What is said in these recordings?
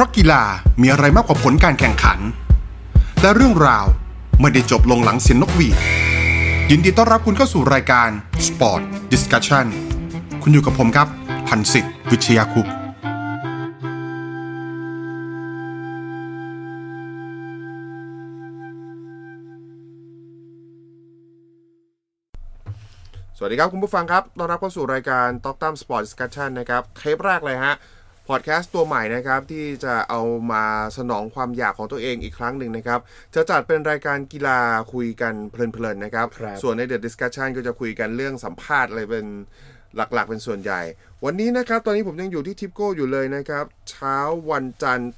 ราะกีฬามีอะไรมากกว่าผลการแข่งขันและเรื่องราวไม่ได้จบลงหลังเสียงนกหวีดยินดีต้อนรับคุณเข้าสู่รายการ Sport Discussion คุณอยู่กับผมครับพันศิษฐ์วิชยาคุปต์สวัสดีครับคุณผู้ฟังครับต้อนรับเข้าสู่รายการ Talk Time Sport Discussion นะครับเทปแรกเลยฮะพอดแคสต์ตัวใหม่นะครับที่จะเอามาสนองความอยากของตัวเองอีกครั้งหนึ่งนะครับจะจัดเป็นรายการกีฬาคุยกันเพลินๆนะครับส่วนใน The Discussion ก็จะคุยกันเรื่องสัมภาษณ์อะไรเป็นหลักๆเป็นส่วนใหญ่วันนี้นะครับตอนนี้ผมยังอยู่ที่ทิปโก้อยู่เลยนะครับเช้าวันจันทร์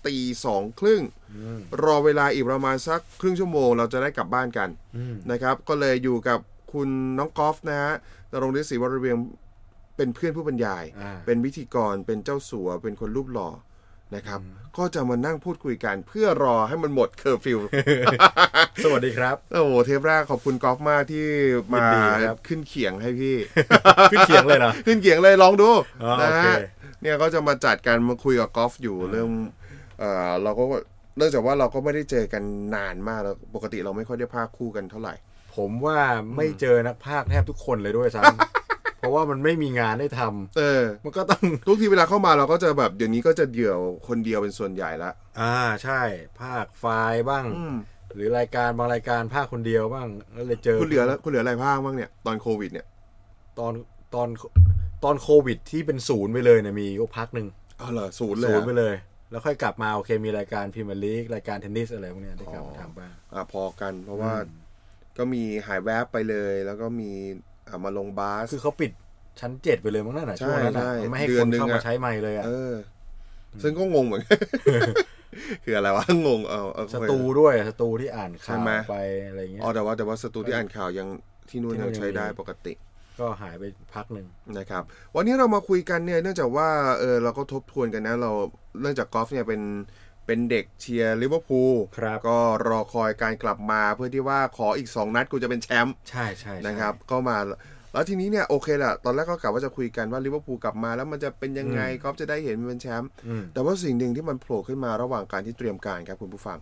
2:30 รอเวลาอีกประมาณสักครึ่งชั่วโมงเราจะได้กลับบ้านกันนะครับก็เลยอยู่กับคุณน้องกอล์ฟนะฮะณรงค์ฤทธิ์ศรีวรเวียงเป็นเพื่อนผู้บรรยายเป็นพิธีกรเป็นเจ้าสัวเป็นคนรูปหล่อนะครับก็จะมานั่งพูดคุยกันเพื่อรอให้มันหมดเคอร์ฟิวสวัสดีครับโอ้โหเทปแรกขอบคุณกอล์ฟมากที่มาขึ้นเขียงให้พี่ขึ้นเขียงเลยนะขึ้นเขียงเลยลองดูนะฮะเนี่ยก็จะมาจัดการมาคุยกับกอล์ฟอยู่เรื่องเราก็เนื่องจากว่าเราก็ไม่ได้เจอกันนานมากแล้วปกติเราไม่ค่อยได้พากคู่กันเท่าไหร่ผมว่าไม่เจอนักพากย์แทบทุกคนเลยด้วยซ้ำ เพราะว่ามันไม่มีงานให้ทำมันก็ต้องทุกทีเวลาเข้ามาเราก็จะแบบเดี๋ยวนี้ก็จะเดี่ยวคนเดียวเป็นส่วนใหญ่ละใช่ภาคไฟล์บ้างหรือรายการบางรายการภาคคนเดียวบ้างแล้วเลยเจอคุณเหลืออะไรภาคบ้างเนี่ยตอนโควิดเนี่ยตอนโควิดที่เป็นศูนย์ไปเลยเนี่ยมีก็พักนึงเหรอศูนย์ไปเลยแล้วค่อยกลับมาโอเคมีรายการพรีเมียร์ลีกรายการเทนนิสอะไรพวกนี้ที่กลับมาทำบ้างพอกันเพราะว่าก็มีหายแวบไปเลยแล้วก็มีมาลงบาสคือเขาปิดชั้น7ไปเลยมั้งนั่นน่ะช่วงนั้นน่ะไม่ให้คนเข้ามาใช้ไมค์เลยซึ่งก็งงเหมือน คืออะไรวะงงสตูด้วยสตูที่อ่านข่าวไปอะไรเงี้ยแต่ว่าสตูที่อ่านข่าวยังที่นู่นยังใช้ได้ปกติก็หายไปพักนึงนะครับวันนี้เรามาคุยกันเนี่ยเนื่องจากว่าเราก็ทบทวนกันนะเราเนื่องจากกอล์ฟเนี่ยเป็นเด็กเชียร์ลิเวอร์พูลก็รอคอยการกลับมาเพื่อที่ว่าขออีก2นัดกูจะเป็นแชมป์ใช่ๆนะครับก็มาแล้วทีนี้เนี่ยโอเคแหละตอนแรกก็กะว่าจะคุยกันว่าลิเวอร์พูลกลับมาแล้วมันจะเป็นยังไงกอล์ฟจะได้เห็นมันเป็นแชมป์แต่ว่าสิ่งหนึ่งที่มันโผล่ขึ้นมาระหว่างการที่เตรียมการครับคุณผู้ฟัง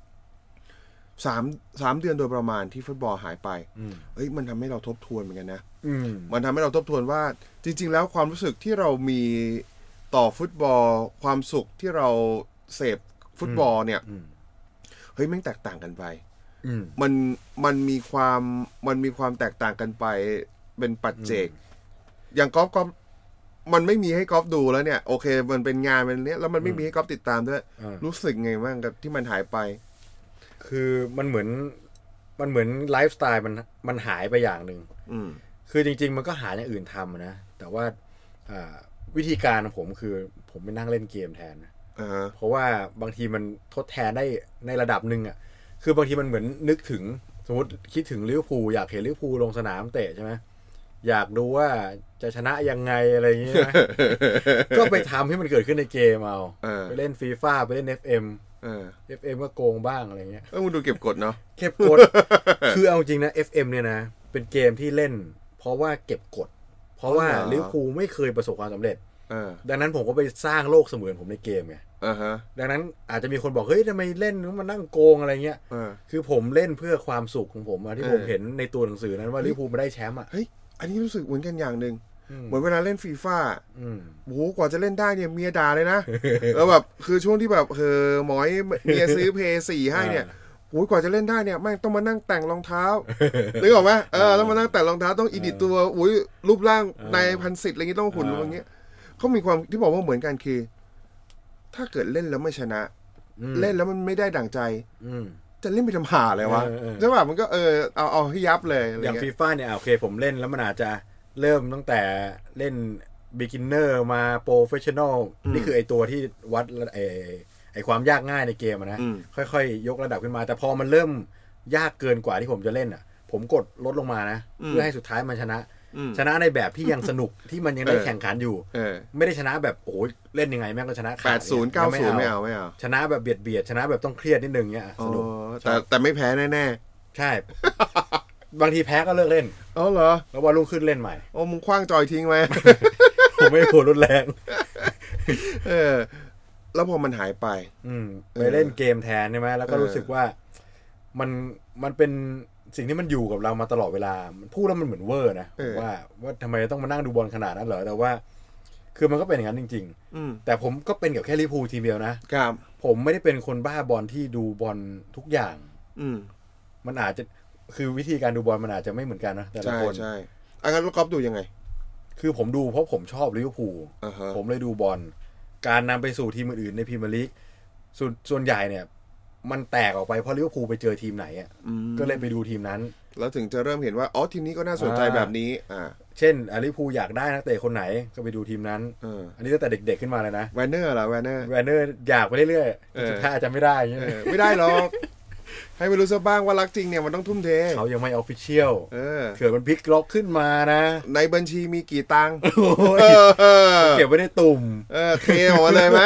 3 เดือนโดยประมาณที่ฟุตบอลหายไปมันทำให้เราทบทวนเหมือนกันนะมันทำให้เราทบทวนว่าจริงๆแล้วความรู้สึกที่เรามีต่อฟุตบอลความสุขที่เราเสพฟุตบอลเนี่ยเฮ้ยแม่งแตกต่างกันไปมันมีความแตกต่างกันไปเป็นปัจเจกอย่างกอล์ฟมันไม่มีให้กอล์ฟดูแล้วเนี่ยโอเคมันเป็นงานเป็นเนี้ยแล้วมันไม่มีให้กอล์ฟติดตามด้วยรู้สึกไงบ้างกับที่มันหายไปคือมันเหมือนไลฟ์สไตล์มันหายไปอย่างนึงคือจริงๆมันก็หาอย่างอื่นทำนะแต่ว่าวิธีการของผมคือผมไปนั่งเล่นเกมแทนนะเพราะว่าบางทีมันทดแทนได้ในระดับนึงคือบางทีมันเหมือนนึกถึงสมมติคิดถึงลิเวอร์พูลอยากเห็นลิเวอร์พูลลงสนามเตะใช่ไหมอยากดูว่าจะชนะยังไงอะไรอย่างเงี้ย ก็ไปทำให้มันเกิดขึ้นในเกมไปเล่นฟีฟ่าไปเล่น FM ก็โกงบ้างอะไรเงี้ยมึงดูเก็บกดเนาะเก็บกด คือเอาจริงนะ FM เนี่ยนะเป็นเกมที่เล่นเพราะว่าเก็บกดเพราะว่าลิเวอร์พูลไม่เคยประสบความสำเร็จดังนั้นผมก็ไปสร้างโลกเสมือนผมในเกมไงดังนั้นอาจจะมีคนบอกเฮ้ยทำไมเล่นมันนั่งโกงอะไรเงี้ยคือผมเล่นเพื่อความสุขของผมที่ผมเห็นในตัวหนังสือนั้นว่าลิเวอร์พูลมาได้แชมป์เฮ้ยอันนี้รู้สึกเหมือนกันอย่างนึงเหมือนเวลาเล่นฟีฟ่าโหกว่าจะเล่นได้เนี่ยเมียด่าเลยนะแล้วแบบคือช่วงที่แบบหมอยเมียซื้อเพย์4ให้เนี่ยโหกว่าจะเล่นได้เนี่ยแม่งต้องมานั่งแต่งรองเท้านึกออกไหมแล้วมานั่งแต่งรองเท้าต้องอิดิตตัวรูปร่างในพันสิทธิ์อะไรเงี้ยต้องหุ่นอะไรเงี้ยเขามีความที่บอกว่าเหมือนกันคือถ้าเกิดเล่นแล้วไม่ชนะเล่นแล้วมันไม่ได้ดั่งใจจะเล่นไปทำหาเลยวะใช่ป่ะมันก็เอาให้ยับเลยอย่างฟีฟ่าเนี่ยโอเคผมเล่นแล้วมันอาจจะเริ่มตั้งแต่เล่น beginner มา professional นี่คือไอตัวที่วัดไอความยากง่ายในเกมนะค่อยๆยกระดับขึ้นมาแต่พอมันเริ่มยากเกินกว่าที่ผมจะเล่นผมกดลดลงมานะเพื่อให้สุดท้ายมันชนะในแบบที่ยังสนุกที่มันยังได้แข่งขันอยู่ไม่ได้ชนะแบบโอ้ยเล่นยังไงแม่งก็ชนะขาด80 90ไม่เอาชนะแบบเบียดชนะแบบต้องเครียดนิดนึงเนี่ยสนุกแต่ไม่แพ้แน่ๆใช่บางทีแพ้ก็เลิกเล่นเหรอแล้ววันรุ่งขึ้นเล่นใหม่มึงคว้างจอยทิ้งไว้ผมไม่โหดรุนแรงแล้วพอมันหายไปไปเล่นเกมแทนใช่ไหมแล้วก็รู้สึกว่ามันเป็นสิ่งที่มันอยู่กับเรามาตลอดเวลามันพูดแล้วมันเหมือนเวอร์นะว่าทำไมต้องมานั่งดูบอลขนาดนั้นเหรอแต่ว่าคือมันก็เป็นอย่างนั้นจริงๆแต่ผมก็เป็นกับแค่ลิเวอร์พูลทีมเดียวนะครับผมไม่ได้เป็นคนบ้าบอลที่ดูบอลทุกอย่างมันอาจจะคือวิธีการดูบอลมันอาจจะไม่เหมือนกันนะแต่ละคนใช่งั้นแล้วก๊อฟดูยังไงคือผมดูเพราะผมชอบลิเวอร์พูลผมเลยดูบอลการนำไปสู่ทีมอื่นๆในพรีเมียร์ลีกส่วนใหญ่เนี่ยมันแตกออกไปเพราะลิเวอร์พูลไปเจอทีมไหนอ่ะก็เลยไปดูทีมนั้นแล้วถึงจะเริ่มเห็นว่าอ๋อทีมนี้ก็น่าสนใจแบบนี้เช่นลิเวอร์พูลอยากได้นักเตะคนไหนก็ไปดูทีมนั้นอันนี้ตั้งแต่เด็กๆขึ้นมาเลยนะแวนเนอร์เหรอแวนเนอร์อยากไปเรื่อยๆสุดท้ายอาจจะไม่ได้ไม่ได้หรอกให้ไปรู้ซะบ้างว่ารักจริงเนี่ยมันต้องทุ่มเทเขายังไม่ออฟฟิเชียลเผื่อมันพลิกล็อกขึ้นมานะในบัญชีมีกี่ตังค์เก็บไว้ในตุ่มเทออกมาเลยไหม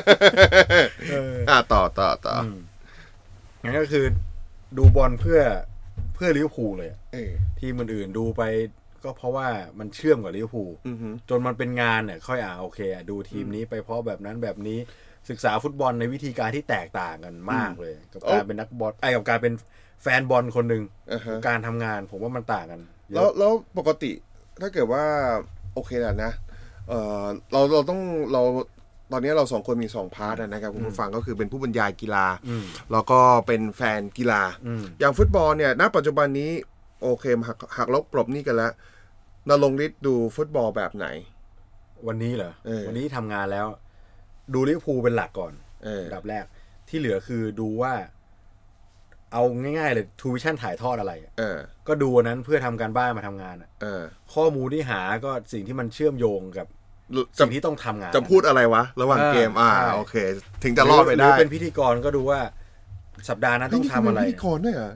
ต่องั้นก็คือดูบอลเพื่อลิเวอร์พูลเลยทีมอื่นๆดูไปก็เพราะว่ามันเชื่อมกับลิเวอร์พูลจนมันเป็นงานเนี่ยค่อยโอเคดูทีมนี้ไปเพราะแบบนั้นแบบนี้ศึกษาฟุตบอลในวิธีการที่แตกต่างกันมากเลยกับการเป็นนักบอลกับการเป็นแฟนบอลคนหนึ่งการทำงานผมว่ามันต่างกันแล้วปกติถ้าเกิดว่าโอเคแหละนะเราต้องตอนนี้เรา2คนมี2พาร์ทนะครับคุณผู้ฟังก็คือเป็นผู้บรรยายกีฬาแล้วก็เป็นแฟนกีฬาอย่างฟุตบอลเนี่ยณปัจจุบันนี้โอเคหักลบปลบนี่กันแล้วณรงค์ฤทธิ์ดูฟุตบอลแบบไหนวันนี้เหรอวันนี้ทำงานแล้วดูลิเวอร์พูลเป็นหลักก่อนอันดับแรกที่เหลือคือดูว่าเอาง่ายๆเลยทูวิชั่นถ่ายทอดอะไรก็ดูนั้นเพื่อทำการบ้านมาทำงานข้อมูลที่หาก็สิ่งที่มันเชื่อมโยงกับสิ่งที่ต้องทำงานจะพูดอะไรวะระหว่างเกมโอเคถึงจะรอดไปได้หรือเป็นพิธีกรก็ดูว่าสัปดาห์นั้นต้องทำอะไรพิธีกรด้วยเหรอ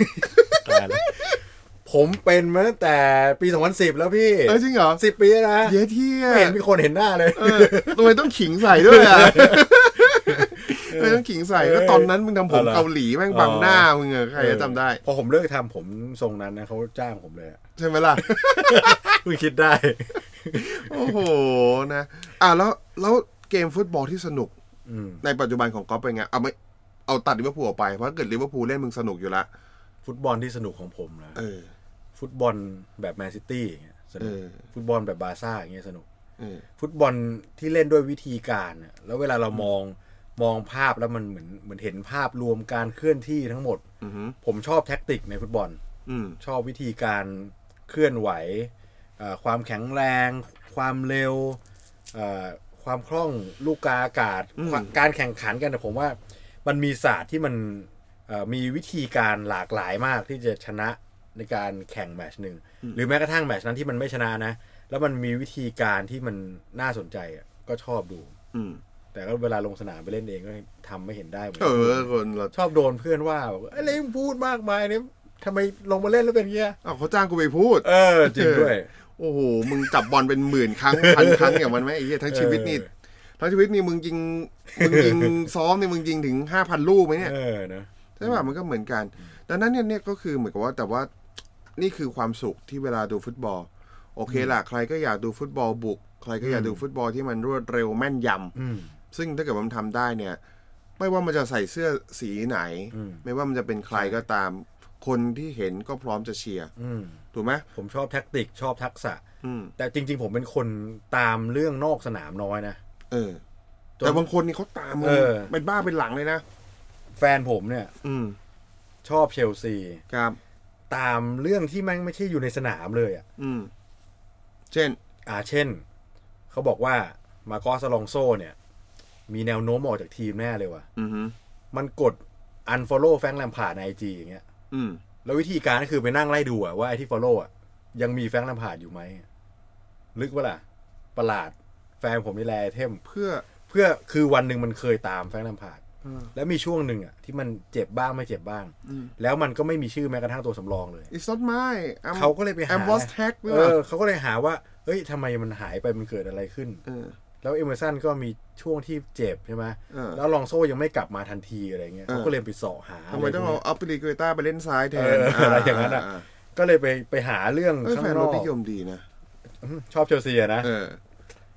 ผมเป็นมาตั้งแต่ปี2010แล้วพี่จริงเหรอ 10 ปีนะเย้ที่ไม่เห็นมีคนเห็นหน้าเลยทำไมต้องขิงใส่ด้วยอ่ะไม่ต้องขิงใส่ก็ตอนนั้นมึงทำผมเกาหลีแม่งบังหน้ามึงใครจะจำได้พอผมเลิกทำผมทรงนั้นนะเขาจ้างผมเลยใช่ไหมล่ะมึงคิดได้โอ้โหนะแล้วเกมฟุตบอลที่สนุกในปัจจุบันของก๊อฟเป็นไงเอาตัดลิเวอร์พูลออกไปเพราะเกิดลิเวอร์พูลเล่นมึงสนุกอยู่ละฟุตบอลที่สนุกของผมนะฟุตบอลแบบแมนซิตี้อย่างเงี้ยสนุกฟุตบอลแบบบาร์ซ่าอย่างเงี้ยสนุกฟุตบอลที่เล่นด้วยวิธีการแล้วเวลาเรามองภาพแล้วมันเหมือนเห็นภาพรวมการเคลื่อนที่ทั้งหมดผมชอบแท็กติกในฟุตบอลชอบวิธีการเคลื่อนไหวความแข็งแรงความเร็วความคล่องลูกกาอากาศการแข่งขันกันแต่ผมว่ามันมีศาสตร์ที่มันมีวิธีการหลากหลายมากที่จะชนะในการแข่งแมตช์หนึ่งหรือแม้กระทั่งแมตช์นั้นที่มันไม่ชนะนะแล้วมันมีวิธีการที่มันน่าสนใจก็ชอบดูแต่ก็เวลาลงสนามไปเล่นเองก็ทำไม่เห็นได้เหมือนคนชอบโดนเพื่อนว่าอะไรพูดมากมายเนี่ยทำไมลงมาเล่นแล้วเป็นเงี้ยเขาจ้างกูไปพูดจริงด้วยโอ้โหมึงจับบอลเป็นหมื่นครั้งพันครั้งอย่างมันไหมไอ้เหี้ยทั้งชีวิตนี่มึงยิงซ้อมนี่มึงยิงถึง 5,000 ลูกไหมเนี่ยนะใช่ป่ะมันก็เหมือนกันดังนั้นเนี่ยก็คือเหมือนกับว่าแต่ว่านี่คือความสุขที่เวลาดูฟุตบอลโอเคล่ะใครก็อยากดูฟุตบอลบุกใครก็อยากดูฟุตบอลที่มันรวดเร็วแม่นยำซึ่งถ้าเกิดมันทำได้เนี่ยไม่ว่ามันจะใส่เสื้อสีไหนไม่ว่ามันจะเป็นใครก็ตามคนที่เห็นก็พร้อมจะเชียร์ถูกไหมผมชอบแท็กติกชอบทักษะแต่จริงๆผมเป็นคนตามเรื่องนอกสนามน้อยนะแต่บางคนนี่เขาตามเป็นบ้าเป็นหลังเลยนะแฟนผมเนี่ยชอบเชลซีครับตามเรื่องที่ไม่ใช่อยู่ในสนามเลยเช่นเขาบอกว่ามาโกส อลองโซเนี่ยมีแนวโน้มออกจากทีมแน่เลยว่ะมันกด unfollow แฟรงค์แลมพาร์ดใน IG อย่างเงี้ยแล้ววิธีการก็คือไปนั่งไล่ดูว่าไอ้ที่ follow ยังมีแฟรงค์แลมพาร์ดอยู่ไหมลึกวะล่ะประหลาดแฟนผมนี่แลเทมเพื่อคือวันหนึ่งมันเคยตามแฟรงค์แลมพาร์ดแล้วมีช่วงหนึ่งที่มันเจ็บบ้างไม่เจ็บบ้างแล้วมันก็ไม่มีชื่อแม้กระทั่งตัวสำรองเลย It's not mine เขาก็เลยไปหาเขาก็เลยหาว่าเฮ้ยทำไมมันหายไปมันเกิดอะไรขึ้นแล้วเอเมอร์สันก็มีช่วงที่เจ็บใช่ไหมแล้วลองโซ่ยังไม่กลับมาทันทีอะไรเงี้ยเขาก็เลยไปเสาะหาทำไมต้องเอาอัปเปอร์เกต้าไปเล่นซ้ายแทนอะไรอย่างนั้นก็เลยไปหาเรื่องข้างนอกแฟนรถนิยมดีนะชอบเชลซีนะ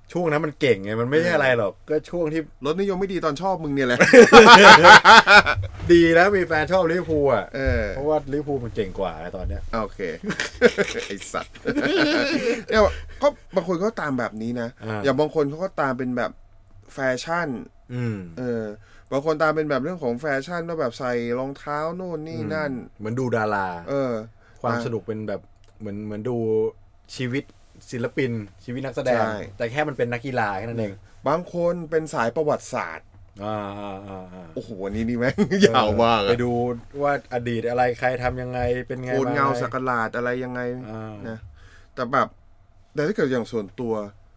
ช่วงนั้นมันเก่งไงมันไม่ใช่อะไรหรอกก็ช่วงที่รสนิยมไม่ดีตอนชอบมึงเนี่ยแหละดีแล้วมีแฟนชอบลิเวอร์พูลอ่ะเพราะว่าลิเวอร์พูลมันเก่งกว่าตอนเนี้ยโอเค ไอสัตว์เนี่ยก็บางคนเขาตามแบบนี้นะอย่างบางคนเขาก็ตามเป็นแบบแฟชั่นบางคนตามเป็นแบบเรื่องของแฟชั่นว่าแบบใส่รองเท้าโน่นนี่นั่นเหมือนดูดาราความสนุกเป็นแบบเหมือนดูชีวิตศิลปินชีวิตนักแสดงแต่แค่มันเป็นนักกีฬาแค่นั้นเองบางคนเป็นสายประวัติศาสตร์โอ้โหวันนี้นี่แม่งยาวมากไปดูว่าอดีตอะไรใครทำยังไงเป็นไงโคนเงาสักหลาดอะไรยังไงนะแต่แบบแต่ถ้าเกิดอย่างส่วนตัว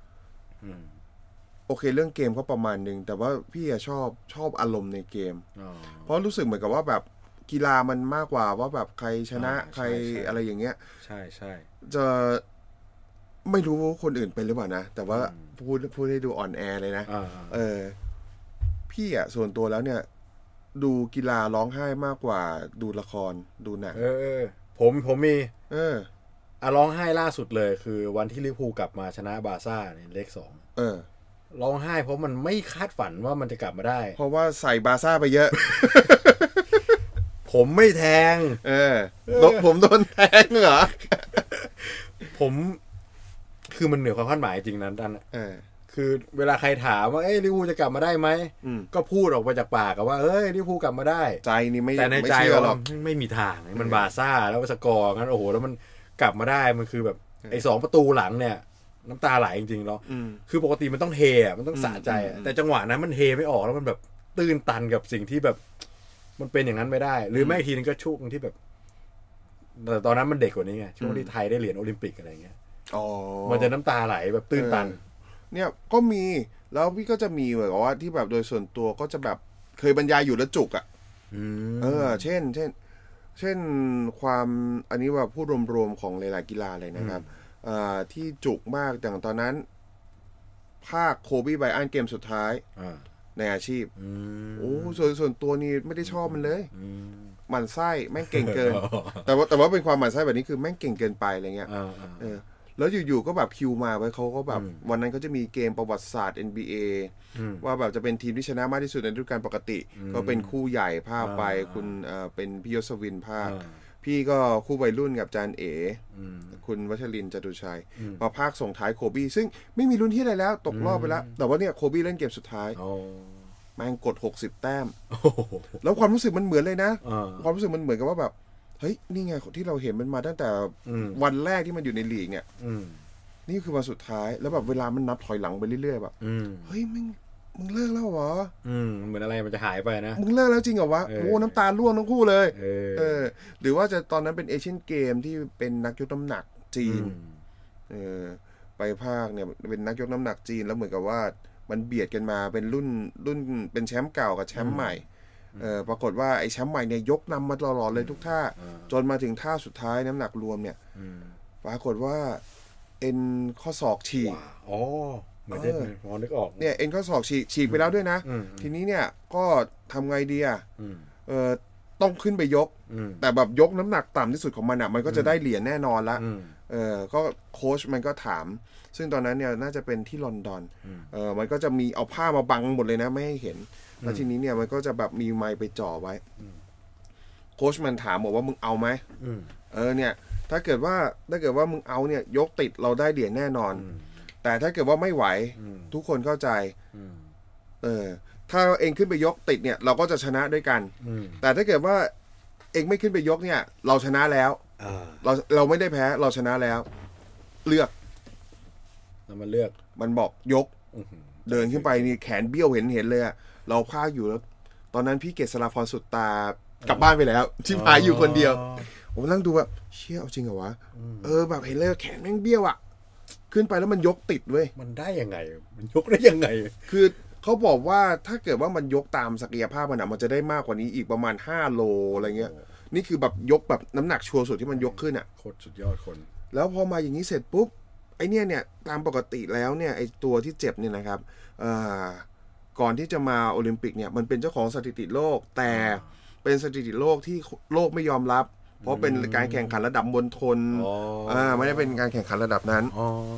โอเคเรื่องเกมก็ประมาณนึงแต่ว่าพี่ชอบอารมณ์ในเกมเพราะรู้สึกเหมือนกับว่าแบบกีฬามันมากกว่าว่าแบบใครชนะใครอะไรอย่างเงี้ยใช่ใช่จะไม่รู้คนอื่นเป็นหรือเปล่านะแต่ว่าพูดให้ดูอ่อนแอเลยนะพี่อ่ะส่วนตัวแล้วเนี่ยดูกีฬาร้องไห้มากกว่าดูละครดูหนังผมมีร้องไห้ล่าสุดเลยคือวันที่ลิเวอร์พูลกลับมาชนะบาร์ซ่าในเลข2ร้องไห้เพราะมันไม่คาดฝันว่ามันจะกลับมาได้เพราะว่าใส่บาร์ซ่าไปเยอะผมไม่แทงผมโดนแทงเหรอผมคือมันเหนือความคาดหมายจริงนั้นคือเวลาใครถามว่าลิเวอร์พูลจะกลับมาได้ไหมก็พูดออกมาจากปากว่าลิเวอร์พูลกลับมาได้ใจนี่ไม่แต่ในใจเราไม่มีทางมันบาร์ซ่าแล้วสกอร์งั้นโอ้โหแล้วมันกลับมาได้มันคือแบบไอ้2ประตูหลังเนี่ยน้ำตาไหลจริงๆเนาะคือปกติมันต้องเฮมันต้องสะใจแต่จังหวะนั้นมันเฮไม่ออกแล้วมันแบบตื้นตันกับสิ่งที่แบบมันเป็นอย่างนั้นไม่ได้หรือไม่ทีนึงก็ช่วงที่แบบแต่ตอนนั้นมันเด็กกว่านี้ไงช่วงที่ไทยได้เหรียญโอลิมปิกอะไรเงี้ยมันจะน้ำตาไหลแบบตื้นตันเนี่ยก็มีแล้วพี่ก็จะมีแบบว่าที่แบบโดยส่วนตัวก็จะแบบเคยบรรยายอยู่แล้วจุกอ่ะเช่นความอันนี้ว่าพูดรวมๆของหลายๆกีฬาเลยนะครับที่จุกมากอย่างตอนนั้นภาคโคบี้ไบรอันเกมสุดท้ายในอาชีพโอ้ส่วนตัวนี่ไม่ได้ชอบมันเลยหมั่นไส้แม่งเก่งเกิน แต่ว่าเป็นความหมั่นไส้แบบนี้คือแม่งเก่งเกินไปอะไรเงี้ยแล้วอยู่ๆก็แบบคิวมาไว้เขาก็แบบวันนั้นเขาจะมีเกมประวัติศาสตร์ NBA ว่าแบบจะเป็นทีมที่ชนะมากที่สุดในฤดูกาลปกติก็เป็นคู่ใหญ่ภาคไปคุณเป็นพี่ยศวินภาคพี่ก็คู่วัยรุ่นกับจานเอ๋คุณวัชรินทร์จตุชัยมาภาคส่งท้ายโคบี้ซึ่งไม่มีรุ่นที่อะไรแล้วตกรอบไปแล้วแต่ว่าเนี่ยโคบี้เล่นเกมสุดท้ายแม่งกด60 แต้มแล้วความรู้สึกมันเหมือนเลยนะความรู้สึกมันเหมือนกับว่าแบบเฮ้ยนี่ไงที่เราเห็นมันมาตั้งแต่วันแรกที่มันอยู่ในลีกเนี่ยนี่คือวันสุดท้ายแล้วแบบเวลามันนับถอยหลังไปเรื่อยๆแบบเฮ้ยมึงเลิกแล้วเหรอเหมือนอะไรมันจะหายไปนะมึงเลิกแล้วจริงเหรอวะโอ้น้ำตาร่วงทั้งคู่เลยหรือว่าจะตอนนั้นเป็นเอเชียนเกมที่เป็นนักยกน้ำหนักจีนไปภาคเนี่ยเป็นนักยกน้ำหนักจีนแล้วเหมือนกับว่ามันเบียดกันมาเป็นรุ่นเป็นแชมป์เก่ากับแชมป์ใหม่ปรากฏว่าไอ้แชมป์ใหม่เนี่ยยกนำมาตลอดเลยทุกท่าจนมาถึงท่าสุดท้ายน้ำหนักรวมเนี่ยปรากฏว่าเอ็นข้อศอกฉีกเหมือนได้พอนึกออกเนี่ยเอ็นข้อศอกฉีกไปแล้วด้วยนะทีนี้เนี่ยก็ทำไงดีอ่ะต้องขึ้นไปยกแต่แบบยกน้ำหนักต่ำที่สุดของมันอ่ะมันก็จะได้เหรียญแน่นอนละก็โค้ชมันก็ถามซึ่งตอนนั้นเนี่ยน่าจะเป็นที่ลอนดอนมันก็จะมีเอาผ้ามาบังหมดเลยนะไม่ให้เห็นแล้วทีนี้เนี่ยมันก็จะแบบมีไมค์ไปจ่อไว้โค้ชมันถามบอกว่ามึงเอาไหมเนี่ยถ้าเกิดว่ามึงเอาเนี่ยยกติดเราได้เหรียญแน่นอนแต่ถ้าเกิดว่าไม่ไหวทุกคนเข้าใจถ้าเองขึ้นไปยกติดเนี่ยเราก็จะชนะด้วยกันแต่ถ้าเกิดว่าเองไม่ขึ้นไปยกเนี่ยเราชนะแล้วเราไม่ได้แพ้เราชนะแล้วเลือกแล้วมันเลือกมันบอกยกเดินขึ้นไปนี่แขนเบี้ยวเห็นเลยอะเราพากอยู่แล้วตอนนั้นพี่เกษราพรสุดตากลับบ้านไปแล้วที่พายอยู่คนเดียวผมนั่งดูแบบเชี่ยเอาจริงเหรอวะแบบเห็นเลยแขนแม่งเบี้ยวอะขึ้นไปแล้วมันยกติดเว้ยมันได้ยังไงมันยกได้ยังไงคือเขาบอกว่าถ้าเกิดว่ามันยกตามศักยภาพมันจะได้มากกว่านี้อีกประมาณ5 โลอะไรเงี้ยนี่คือแบบยกแบบน้ำหนักชัวร์สุดที่มันยกขึ้นอะโคตรสุดยอดคนแล้วพอมาอย่างนี้เสร็จปุ๊บไอเนี่ยตามปกติแล้วเนี่ยไอตัวที่เจ็บเนี่ยนะครับก่อนที่จะมาโอลิมปิกเนี่ยมันเป็นเจ้าของสถิติโลกแต่เป็นสถิติโลกที่โลกไม่ยอมรับเพราะเป็นการแข่งขันระดับมณฑลไม่ได้เป็นการแข่งขันระดับนั้น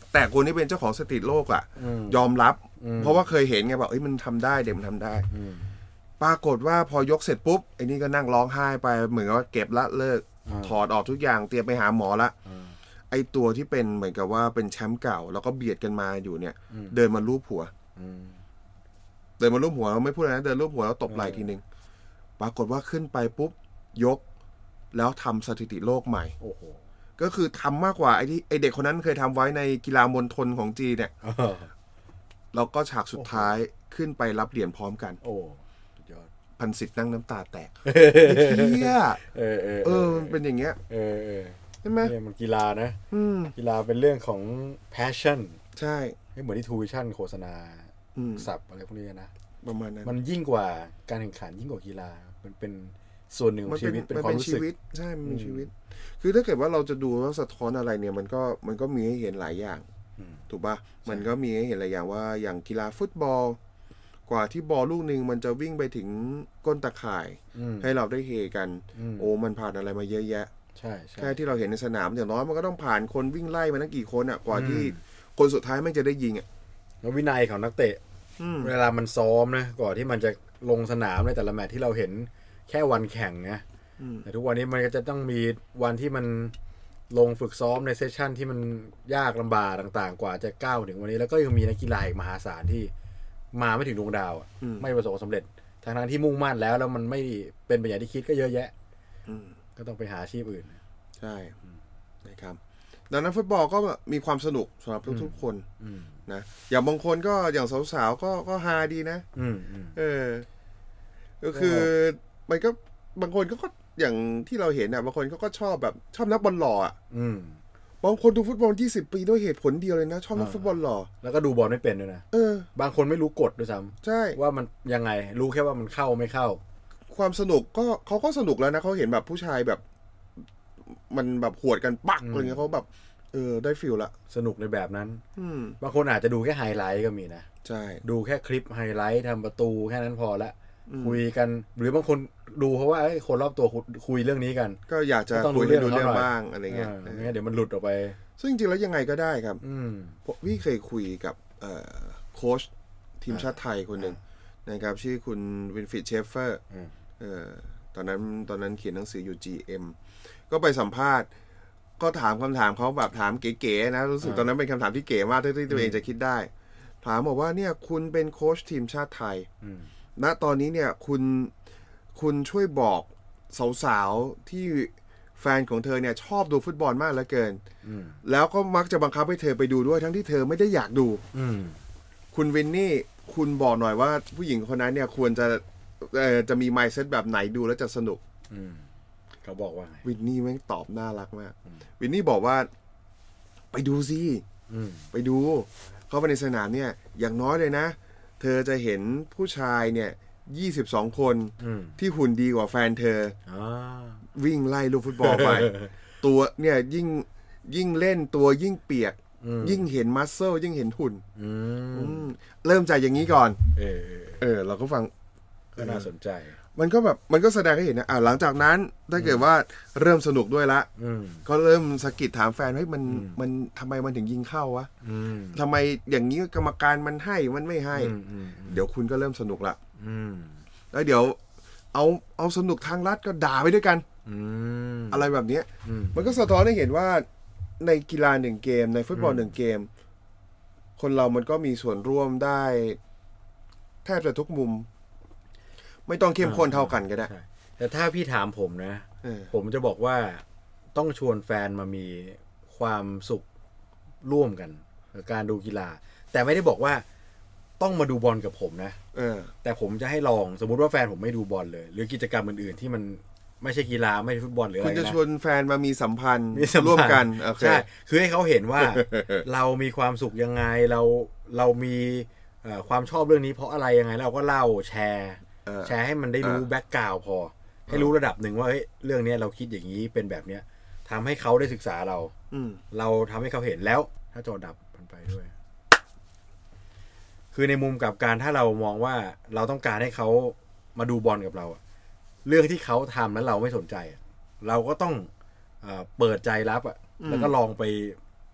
แต่คนที่เป็นเจ้าของสถิติโลกอ่ะยอมรับเพราะว่าเคยเห็นไงบอกมันทำได้เด็กมันทำได้ปรากฏว่าพอยกเสร็จปุ๊บไอ้นี่ก็นั่งร้องไห้ไปเหมือนกับว่าเก็บละเลิกถอดออกทุกอย่างเตรียมไปหาหมอละไอ้ตัวที่เป็นเหมือนกับว่าเป็นแชมป์เก่าแล้วก็เบียดกันมาอยู่เนี่ยเดินมาลูบหัวเราไม่พูดอะไรนะเดินลูบหัวแล้วตบไหล่ทีนึงปรากฏว่าขึ้นไปปุ๊บยกแล้วทำสถิติโลกใหม่ก็คือทำมากกว่าไอ้เด็กคนนั้นเคยทำไว้ในกีฬามณฑลของจีนเนี่ยแล้วก็ฉากสุดท้ายขึ้นไปรับเหรียญพร้อมกันพันสิทธิ์นั่งน้ำตาแตกเฮียมันเป็นอย่างเงี้ยใช่ไหมมันกีฬานะกีฬาเป็นเรื่องของ passion ใช่เหมือนที่ทูวิชั่นโฆษณาศัพท์อะไรพวกนี้นะประมาณนั้นมันยิ่งกว่าการแข่งขันยิ่งกว่ากีฬามันเป็นส่วนหนึ่งของชีวิตเป็นความรู้สึกใช่มันเป็นชีวิตคือถ้าเกิดว่าเราจะดูว่าสะท้อนอะไรเนี่ยมันก็มีให้เห็นหลายอย่างถูกป่ะมันก็มีให้เห็นหลายอย่างว่าอย่างกีฬาฟุตบอลกว่าที่บอลลูกนึงมันจะวิ่งไปถึงก้นตะข่ายให้เราได้เฮกันโอ้มันผ่านอะไรมาเยอะแยะใช่แค่ที่เราเห็นในสนามอย่างน้อยมันก็ต้องผ่านคนวิ่งไล่มาตั้งกี่คนอ่ะกว่าที่คนสุดท้ายมันจะได้ยิงอ่ะแล้ววินัยของนักเตะเวลามันซ้อมนะก่อนที่มันจะลงสนามในแต่ละแมตช์ที่เราเห็นแค่วันแข่งนะแต่ทุกวันนี้มันก็จะต้องมีวันที่มันลงฝึกซ้อมในเซสชั่นที่มันยากลำบากต่างๆกว่าจะก้าวถึงวันนี้แล้วก็ยังมีนักกีฬาอีกมหาศาลที่มาไม่ถึงดวงดาวไม่ประสบความสำเร็จทั้งที่มุ่งมั่นแล้วมันไม่เป็นไปอย่างที่คิดก็เยอะแยะก็ต้องไปหาอาชีพอื่นใช่นะครับดังนั้นฟุตบอลก็มีความสนุกสำหรับทุกๆคนนะอย่างบางคนก็อย่างสาวๆก็ฮาดีนะก็คือมันก็บางคนก็อย่างที่เราเห็นบางคนก็ชอบแบบชอบนักบอลหล่ออ่ะบางคนดูฟุตบอล20 ปีด้วยเหตุผลเดียวเลยนะชอบนักฟุตบอลหล่อแล้วก็ดูบอลไม่เป็นด้วยนะบางคนไม่รู้กฎด้วยซ้ำใช่ว่ามันยังไงรู้แค่ว่ามันเข้าไม่เข้าความสนุกก็เขาก็สนุกแล้วนะเขาเห็นแบบผู้ชายแบบมันแบบหวดกันปักอะไรเงี้ยเขาแบบได้ฟีลละสนุกในแบบนั้นบางคนอาจจะดูแค่ไฮไลท์ก็มีนะใช่ดูแค่คลิปไฮไลท์ทำประตูแค่นั้นพอละคุยกันหรือบางคนดูเพราะว่าคนรอบตัวคุยเรื่องนี้กันก็อยากจะคุยเรื่องบ้างอะไรเงี้ยเดี๋ยวมันหลุดออกไปซึ่งจริงๆแล้วยังไงก็ได้ครับพี่เคยคุยกับโค้ชทีมชาติไทยคนหนึ่งนะครับชื่อคุณวินฟรีดเชฟเฟอร์ตอนนั้นเขียนหนังสืออยู่ GM ก็ไปสัมภาษณ์ก็ถามคำถามเขาแบบถามเก๋ๆนะรู้สึกตอนนั้นเป็นคำถามที่เก๋มากที่ตัวเองจะคิดได้ถามบอกว่าเนี่ยคุณเป็นโค้ชทีมชาติไทยณตอนนี้เนี่ยคุณช่วยบอกสาวๆที่แฟนของเธอเนี่ยชอบดูฟุตบอลมากเหลือเกินแล้วก็มักจะบังคับให้เธอไปดูด้วยทั้งที่เธอไม่ได้อยากดูคุณวินนี่คุณบอกหน่อยว่าผู้หญิงคนนั้นเนี่ยควรจะมี mindset แบบไหนดูแล้วจะสนุกเขาบอกว่าวินนี่แม่งตอบน่ารักมากวินนี่บอกว่าไปดูสิไปดูเข้าไปในสนามเนี่ยอย่างน้อยเลยนะเธอจะเห็นผู้ชายเนี่ย22 คนที่หุ่นดีกว่าแฟนเธอวิ่งไล่ลูกฟุตบอลไป ตัวเนี่ยยิ่งเล่นตัวยิ่งเปียกยิ่งเห็นมัสเซลยิ่งเห็นหุ่นเริ่มจากอย่างนี้ก่อนเราก็ฟังก็น่าสนใจมันก็แสดงให้เห็นนะหลังจากนั้นถ้าเกิดว่าเริ่มสนุกด้วยละก็เริ่มสะกิดถามแฟนเฮ้ยมันทำไมมันถึงยิงเข้าวะทำไมอย่างนี้กรรมการมันให้มันไม่ให้เดี๋ยวคุณก็เริ่มสนุกละแล้วเดี๋ยวเอาสนุกทางลัดก็ด่าไปด้วยกันอะไรแบบนี้มันก็สะท้อนให้เห็นว่าในกีฬา1 เกมในฟุตบอล1 เกมคนเรามันก็มีส่วนร่วมได้แทบจะทุกมุมไม่ต้องเข้มข้นเท่ากันก็ได้แต่ถ้าพี่ถามผมนะผมจะบอกว่าต้องชวนแฟนมามีความสุขร่วมกันกับการดูกีฬาแต่ไม่ได้บอกว่าต้องมาดูบอลกับผมนะแต่ผมจะให้ลองสมมุติว่าแฟนผมไม่ดูบอลเลยหรือกิจกรรมอื่นๆที่มันไม่ใช่กีฬาไม่ใช่ฟุตบอลหรืออะไรนะคุณจะชวนแฟนมามีสัมพันธ์ร่วมกันใช่คือให้เขาเห็นว่า เรามีความสุขยังไงเรามีความชอบเรื่องนี้เพราะอะไรยังไงเราก็เล่าแชร์ให้มันได้รู้แบ็คกราวด์พอให้รู้ระดับหนึ่งว่าเฮ้ยเรื่องนี้เราคิดอย่างนี้เป็นแบบเนี้ยทำให้เขาได้ศึกษาเราทำให้เขาเห็นแล้วถ้าจอดับมันไปด้วยคือในมุมกับการถ้าเรามองว่าเราต้องการให้เขามาดูบอลกับเราเรื่องที่เขาทำแล้วเราไม่สนใจเราก็ต้องเปิดใจรับแล้วก็ลองไป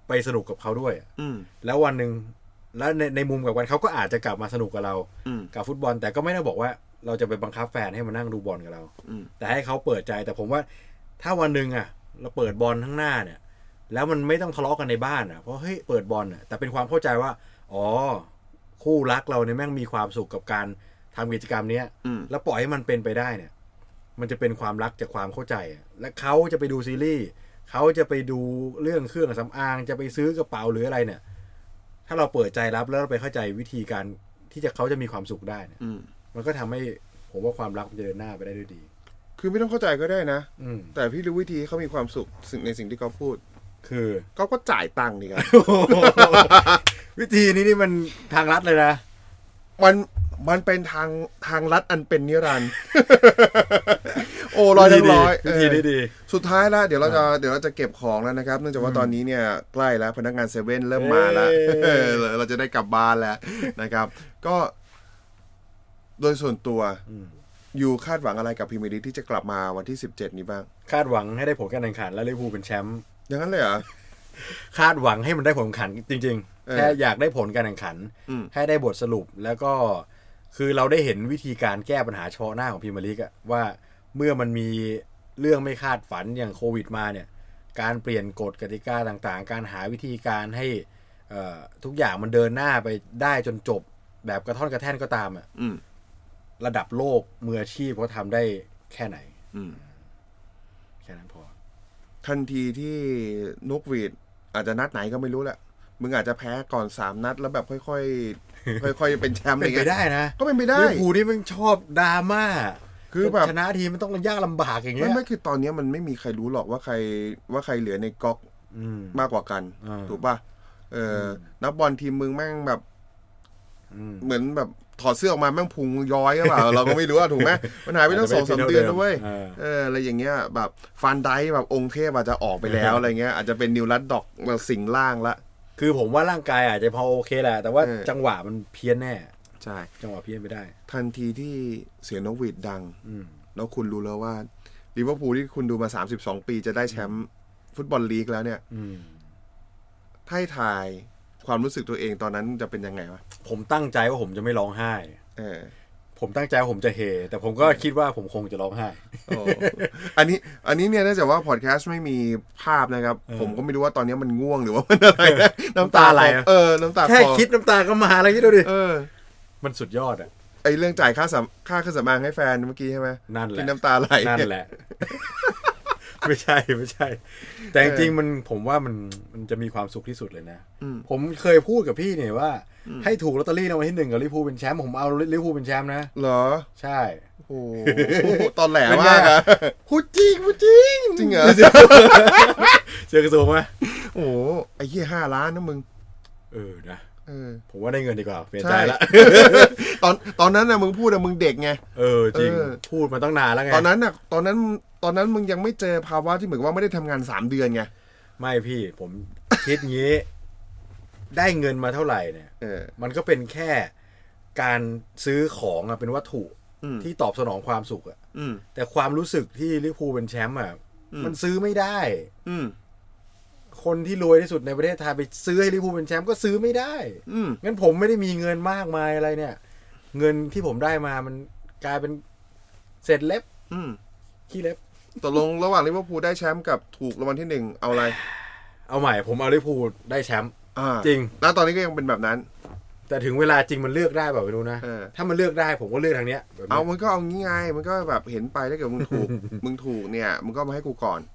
ไปสนุกกับเขาด้วยแล้ววันหนึ่งแล้วในมุมกับวันเขาก็อาจจะกลับมาสนุกกับเรากับฟุตบอลแต่ก็ไม่ได้บอกว่าเราจะไปบังคับแฟนให้มานั่งดูบอลกับเราแต่ให้เขาเปิดใจแต่ผมว่าถ้าวันหนึ่งอ่ะเราเปิดบอลข้างหน้าเนี่ยแล้วมันไม่ต้องทะเลาะกันในบ้านอ่ะเพราะเฮ้ยเปิดบอลอ่ะแต่เป็นความเข้าใจว่าอ๋อคู่รักเราเนี่ยแม่งมีความสุขกับการทำกิจกรรมเนี้ยแล้วปล่อยให้มันเป็นไปได้เนี่ยมันจะเป็นความรักจากความเข้าใจและเขาจะไปดูซีรีส์เขาจะไปดูเรื่องเครื่องสำอางจะไปซื้อกระเป๋าหรืออะไรเนี่ยถ้าเราเปิดใจรับแล้วเราไปเข้าใจวิธีการที่เขาจะมีความสุขได้เนี่ยมันก็ทำให้ผมว่าความรักมันจะเดินหน้าไปได้ด้วยดีคือไม่ต้องเข้าใจก็ได้นะแต่พี่รู้วิธีเขามีความสุขในสิ่งที่เขาพูดคือเขาก็จ่ายตังค์ดีครับวิธีนี้นี่มันทางลัดเลยนะมันเป็นทางลัดอันเป็นนิรันดร์ โอ้ร้อยทั้งร้อยวิธีนี้ดีสุดท้ายแล้วเดี๋ยวเราจะเก็บของแล้วนะครับเนื่องจากว่าตอนนี้เนี่ยใกล้แล้วพนักงานเซเว่นเริ่มมาแล้วเราจะได้กลับบ้านแล้วนะครับก็โดยส่วนตัวอยู่คาดหวังอะไรกับพรีเมียร์ลีกที่จะกลับมาวันที่17นี้บ้างคาดหวังให้ได้ผลการแข่งขันและลิเวอร์พูลเป็นแชมป์อย่างนั้นเลยเหรอคาดหวังให้มันได้ผลแข่งขันจริงๆแค่อยากได้ผลการแข่งขันให้ได้บทสรุปแล้วก็คือเราได้เห็นวิธีการแก้ปัญหาเฉพาะหน้าของพรีเมียร์ลีกว่าเมื่อมันมีเรื่องไม่คาดฝันอย่างโควิดมาเนี่ยการเปลี่ยนกฎกติกาต่างๆการหาวิธีการให้ทุกอย่างมันเดินหน้าไปได้จนจบแบบกระท่อนกระแท่นก็ตามระดับโลกมืออาชีพเขาทำได้แค่ไหนแค่นั้นพอทันทีที่นกหวีดอาจจะนัดไหนก็ไม่รู้แหละมึงอาจจะแพ้ก่อน3นัดแล้วแบบค่อยๆเป็นแชมป์อะไรเงี้ยเป็นไปได้นะก็เป็นไปได้ลิเวอร์พูลนี่มันชอบดราม่าคือแบบชนะทีมันต้องยากลำบากอย่างเงี้ยไม่คือตอนนี้มันไม่มีใครรู้หรอกว่าใครเหลือในก๊อกมากกว่ากันถูกป่ะนักบอลทีมมึงแม่งแบบเหมือนแบบถอดเสื้อออกมาแม่งพุงย้อยหรือเปล่าเราก็ไม่รู้ถูกไหมมันหายไปตั้ง 2-3 เดือนนะเว้ยอะไรอย่างเงี้ยแบบฟันไดแบบองค์เทพอาจจะออกไปแล้วอะไรเงี้ยอาจจะเป็นนิวรัดดอกแบบสิงล่างละคือผมว่าร่างกายอาจจะพอโอเคแหละแต่ว่าจังหวะมันเพี้ยนแน่ใช่จังหวะเพี้ยนไม่ได้ทันทีที่เสียงนกหวีดดังแล้วคุณรู้แล้วว่าลิเวอร์พูลที่คุณดูมา32 ปีจะได้แชมป์ฟุตบอลลีกแล้วเนี่ยให้ทายความรู้สึกตัวเองตอนนั้นจะเป็นยังไงวะผมตั้งใจว่าผมจะไม่ร้องไห้ผมตั้งใจว่าผมจะเฮแต่ผมก็คิดว่าผมคงจะร้องไห้อันนี้เนี่ยเนื่องจากว่าพอดแคสต์ไม่มีภาพนะครับผมก็ไม่รู้ว่าตอนนี้มันง่วงหรือว่ามันอะไรน้ำตาไหลน้ำตาแค่คิดน้ำตาก็มาแล้วคิดดูดิมันสุดยอดไอเรื่องจ่ายค่าเครื่องสำอางให้แฟนเมื่อกี้ใช่ไหมนั่นแหละน้ำตาไหลนั่นแหละไม่ใช่แต่จริงๆผมว่ามันจะมีความสุขที่สุดเลยนะผมเคยพูดกับพี่เนี่ยว่าให้ถูกลอตเตอรี่รางวัลที่1กับลิเวอร์พูลเป็นแชมป์ผมเอาลิเวอร์พูลเป็นแชมป์นะเหรอใช่โอ้ตอนแหลมมากอะพูดจริงจริงเหรอเจอกระทรวงไหมโอ้ไอ้เหี้ย5 ล้านนะมึงนะผมว่าได้เงินดีกว่าเปลี่ยนใจละตอนนั้นนะมึงพูดอะมึงเด็กไงจริงพูดมาตั้งนานแล้วไงตอนนั้นมึงยังไม่เจอภาวะที่เหมือนว่าไม่ได้ทำงาน3 เดือนไงไม่พี่ผมคิดงี้ได้เงินมาเท่าไหร่เนี่ยมันก็เป็นแค่การซื้อของเป็นวัตถุที่ตอบสนองความสุขแต่ความรู้สึกที่ลิเวอร์พูลเป็นแชมป์มันซื้อไม่ได้คนที่รวยที่สุดในประเทศไทยไปซื้อให้ลิเวอร์พูลเป็นแชมป์ก็ซื้อไม่ได้งั้นผมไม่ได้มีเงินมากมายอะไรเนี่ยเงินที่ผมได้มามันกลายเป็นเศษเล็บขี้เล็บตกลงระหว่างลิเวอร์พูลได้แชมป์กับถูกรางวัลที่1เอาอะไรเอาใหม่ผมเอาลิเวอร์พูลได้แชมป์จริงแล้วตอนนี้ก็ยังเป็นแบบนั้นแต่ถึงเวลาจริงมันเลือกได้แบบไม่รู้นะถ้ามันเลือกได้ผมก็เลือกทางเนี้ยเอามันก็เอางี้ไงมันก็แบบเห็นไปถ้าเกิดมึงถูกเนี่ยมึงก็มาให้กูก่อน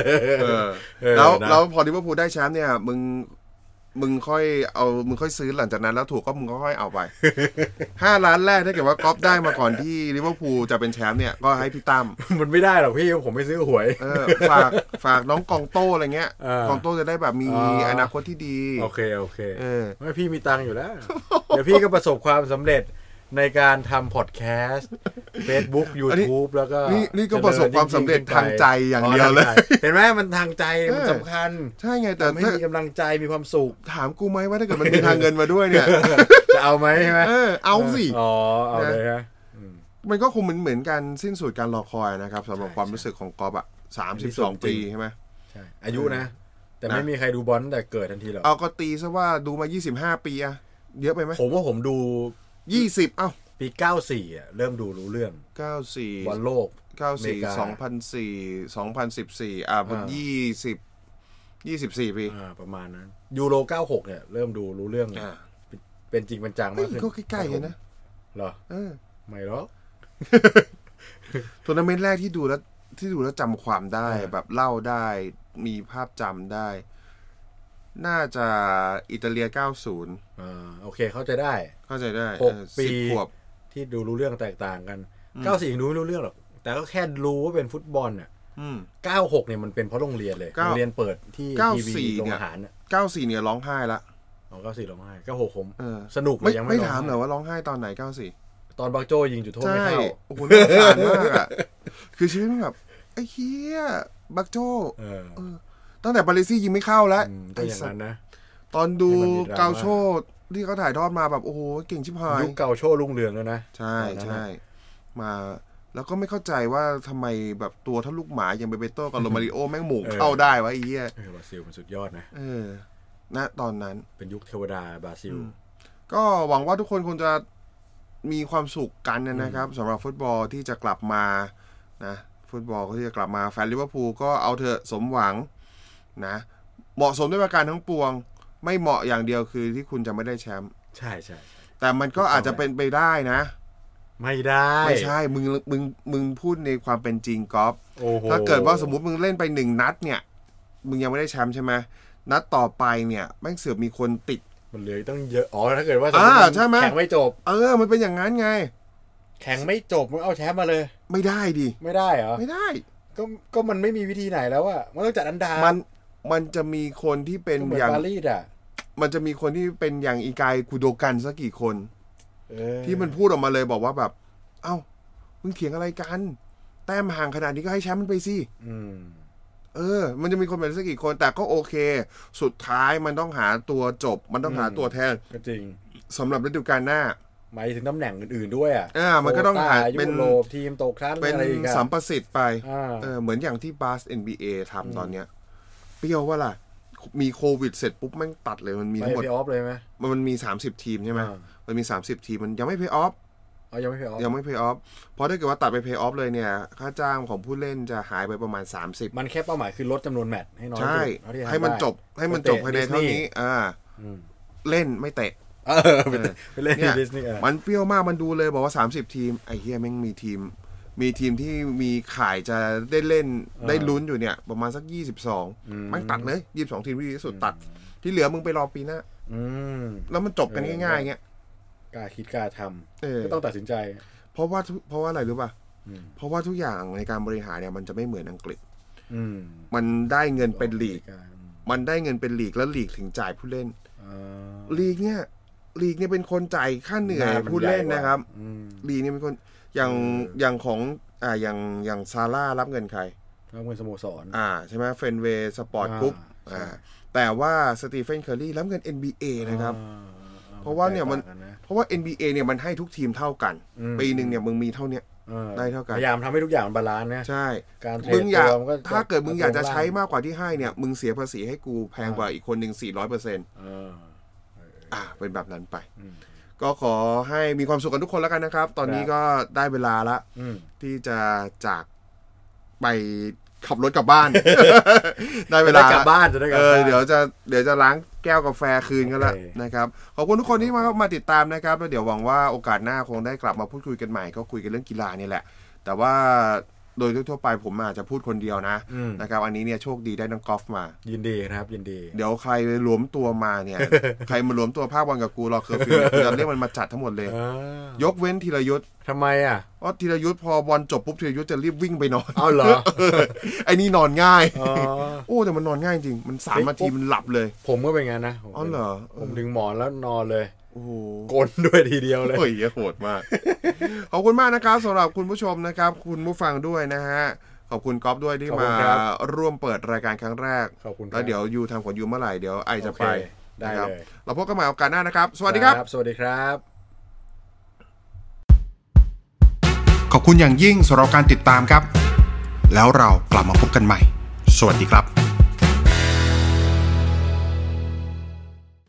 แล้วพอลิเวอร์พูลได้แชมป์เนี่ยมึงค่อยซื้อหลังจากนั้นแล้วถูกก็มึงก็ค่อยเอาไป5 ล้านแรกถ้าเกิดว่าก๊อฟได้มาก่อนที่ลิเวอร์พูลจะเป็นแชมป์เนี่ยก็ให้พี่ตั้มมันไม่ได้หรอกพี่ผมไม่ซื้อหวยฝากน้องกองโต้อะไรเงี้ยกองโต้จะได้แบบมีอนาคตที่ดีโอเคไม่พี่มีตังค์อยู่แล้วเดี๋ยวพี่ก็ประสบความสำเร็จในการทำพอดแคสต์ Facebook YouTube แล้วก็นี่ก็ประสบความสำเร็จทางใจอย่างเดียวเลยเห็นไหมมันทางใจมันสำคัญใช่ไงแต่ไม่มีกำลังใจมีความสุขถามกูไหมว่าถ้าเกิดมันมีทางเงินมาด้วยเนี่ยจะเอาไหมใช่ไหมเอาสิเอาเลยฮะมันก็คงเหมือนกันสิ้นสุดการรอคอยนะครับสำหรับความรู้สึกของก๊อฟ32 ปีใช่ไหมใช่อายุนะแต่ไม่มีใครดูบอลแต่เกิดทันทีหรอกเอาก็ตีซะว่าดูมา25ปีอะเยอะไปไหมผมว่าผมดู 20เอ้าปี94อ่ะเริ่มดูรู้เรื่อง 94 บอลโลก 94 2004 201424ปีประมาณนั้นยูโร96เนี่ยเริ่มดูรู้เรื่องเป็นจริงเป็นจังมากขึ้นก็ใกล้ๆกันนะเหรอไม่หรอกทัวร์นาเมนต์แรกที่ดูแล้วจำความได้แบบเล่าได้มีภาพจำได้น่าจะอิตาเลีย90 โอเคเข้าใจได้ 6 ปี 10 ขวบที่ดูรู้เรื่องแตกต่างกัน94ยังดูไม่รู้เรื่องหรอกแต่ก็แค่รู้ว่าเป็นฟุตบอลเนี่ย96เนี่ยมันเป็นเพราะโรงเรียนเลยโรงเรียนเปิดที่ทีวีโรงอาหาร 94เนี่ยร้องไห้ละ 94ร้องไห้96ผมสนุกเลยยังไม่ถามหน่อยว่าร้องไห้ตอนไหน94 ตอนบักโจ้ยิงจุดโทษไม่เข้าโอ้โหน่าสงสารมากอ่ะคือชีวิตมันแบบไอ้เหี้ยบักโจ้ตั้งแต่บาเลซี่ยิงไม่เข้าแล้วไอ้สัตว์นะตอนดูเกาโชที่เขาถ่ายทอดมาแบบโอ้โหเก่งชิบหายยุคเกาโชรุ่งเรืองแล้วนะใช่มาแล้วก็ไม่เข้าใจว่าทำไมแบบตัวท่าลูกหมาอย่างเบเบโต้กับโรมาริโอแม่งหมู่เข้าได้วะไอ้เหี้ยบราซิลมันสุดยอดนะณตอนนั้นเป็นยุคเทวดาบราซิลก็หวังว่าทุกคนคงจะมีความสุขกันนะครับสำหรับฟุตบอลที่จะกลับมานะฟุตบอลที่จะกลับมาแฟนลิเวอร์พูลก็เอาเถอะสมหวังนะเหมาะสมด้วยประการทั้งปวงไม่เหมาะอย่างเดียวคือที่คุณจะไม่ได้แชมป์ใช่แต่มันก็อาจจะเป็นไปได้นะไม่ใช่มึงพูดในความเป็นจริงก๊อฟถ้าเกิดว่าสมมุติมึงเล่นไป1นัดเนี่ยมึงยังไม่ได้แชมป์ใช่ไหมนัดต่อไปเนี่ยแม่งเสือกมีคนติดมันเหลือต้องเยอะถ้าเกิดว่าใช่ไหมแข่งไม่จบมันเป็นอย่างนั้นไงแข่งไม่จบมึงเอาแชมป์มาเลยไม่ได้ดิไม่ได้เหรอไม่ได้ก็มันไม่มีวิธีไหนแล้วอะมันต้องจัดอันดับมันจะมีคนที่เป็นอย่างปารีสอะมันจะมีคนที่เป็นอย่างอีกายคูโดกันสักกี่คนที่มันพูดออกมาเลยบอกว่าแบบเอ้ามึงเถียงอะไรกันแต้มห่างขนาดนี้ก็ให้แชมป์มันไปสิมันจะมีคนเป็นสักกี่คนแต่ก็โอเคสุดท้ายมันต้องหาตัวจบมันต้องหาตัวแทนก็จริงสำหรับฤดูกาลหน้าหมายถึงตำแหน่งอื่นๆด้วยมันก็ต้องหาเป็นโลบทีมตกชั้นเป็นสัมประสิทธิ์ไปเหมือนอย่างที่บาส NBA ทำตอนเนี้ยเปรี้ยวว่าล่ะมีโควิดเสร็จปุ๊บแม่งตัดเลยมันมีทั้งหมดเพย์ออฟเลยไหมมันมี30ทีมใช่ไหมมันมี30ทีมมันยังไม่เพย์ออฟยังไม่เพย์ออฟเพราะถ้าเกิดว่าตัดไปเพย์ออฟเลยเนี่ยค่าจ้างของผู้เล่นจะหายไปประมาณ30 มันแค่เป้าหมายคือลดจำนวนแมตช์ให้น้อยใช่ให้มันจบภายในเท่านี้เล่นไม่เตะไปเล่นดิสนีย์มันเปรี้ยวมากมันดูเลยบอกว่า30ทีมไอ้เหี้ยแม่งมีทีมที่มีข่ายจะได้เล่นได้ลุ้นอยู่เนี่ยประมาณสัก22มันตัดเลย22ทีมที่ดีที่สุดตัดที่เหลือมึงไปรอปีหน้าแล้วมันจบกันง่ายๆเงี้ยกล้าคิดกล้าทำก็ต้องตัดสินใจเพราะว่าอะไรรู้ป่ะเพราะว่าทุกอย่างในการบริหารเนี่ยมันจะไม่เหมือนอังกฤษมันได้เงินเป็นลีกแล้วลีกถึงจ่ายผู้เล่นลีกเนี่ยเป็นคนจ่ายค่าเหนื่อยผู้เล่นนะครับลีกเนี่ยเป็นคนอย่างของอย่างซาร่ารับเงินใครรับเงินสโมสรใช่ไหมเฟนเวย์สปอร์ตกรุ๊ปแต่ว่าสตีเฟนเคอร์รี่รับเงิน NBA นะครับเพราะว่าเนี่ยเพราะว่า NBA เนี่ยมันให้ทุกทีมเท่ากันปีนึงเนี่ยมึงมีเท่าเนี้ยได้เท่ากันพยายามทำให้ทุกอย่างบาลานซ์นะใช่การเทรดถ้าเกิดมึงอยากจะใช้มากกว่าที่ให้เนี่ยมึงเสียภาษีให้กูแพงกว่าอีกคนนึง 400%เป็นแบบนั้นไปก็ขอให้มีความสุขกันทุกคนแล้วกันนะครับตอนนี้ก็ได้เวลาละที่จะจากไปขับรถกลับบ้านได้เวลากลับบ้านจะได้กลับบ้านเดี๋ยวจะล้างแก้วกาแฟคืนกันแล้วนะครับขอบคุณทุกคนที่มาติดตามนะครับแล้วเดี๋ยวหวังว่าโอกาสหน้าคงได้กลับมาพูดคุยกันใหม่ก็คุยกันเรื่องกีฬานี่แหละแต่ว่าโดยทั่วไปผมอาจจะพูดคนเดียวนะครับอันนี้เนี่ยโชคดีได้น้องกอล์ฟมายินดีครับยินดีเดี๋ยวใครรวมตัวมาเนี่ยใครมารวมตัวภาคบอลกับกูรอเคอร์ฟิวจะเรียกมันมาจัดทั้งหมดเลยยกเว้นธีรยุทธทำไมเพราะธีรยุทธพอบอลจบปุ๊บธีรยุทธจะรีบวิ่งไปนอนเอาเหรอไอ้นี่นอนง่ายโอ้แต่มันนอนง่ายจริงมัน3 นาทีมันหลับเลยผมก็เป็นงั้นนะอ๋อเหรอผมดึงหมอนแล้วนอนเลยโกนด้วยทีเดียวเลยโอ้ยโหดมากขอบคุณมากนะครับสำหรับคุณผู้ชมนะครับคุณผู้ฟังด้วยนะฮะขอบคุณก๊อฟด้วยที่มาร่วมเปิดรายการครั้งแรกแล้วเดี๋ยวยูทำของยูเมื่อไหร่เดี๋ยวไอจะไปได้เลยเราพบกันใหม่โอกาสหน้านะครับสวัสดีครับสวัสดีครับขอบคุณอย่างยิ่งสำหรับการติดตามครับแล้วเรากลับมาพบกันใหม่สวัสดีครับ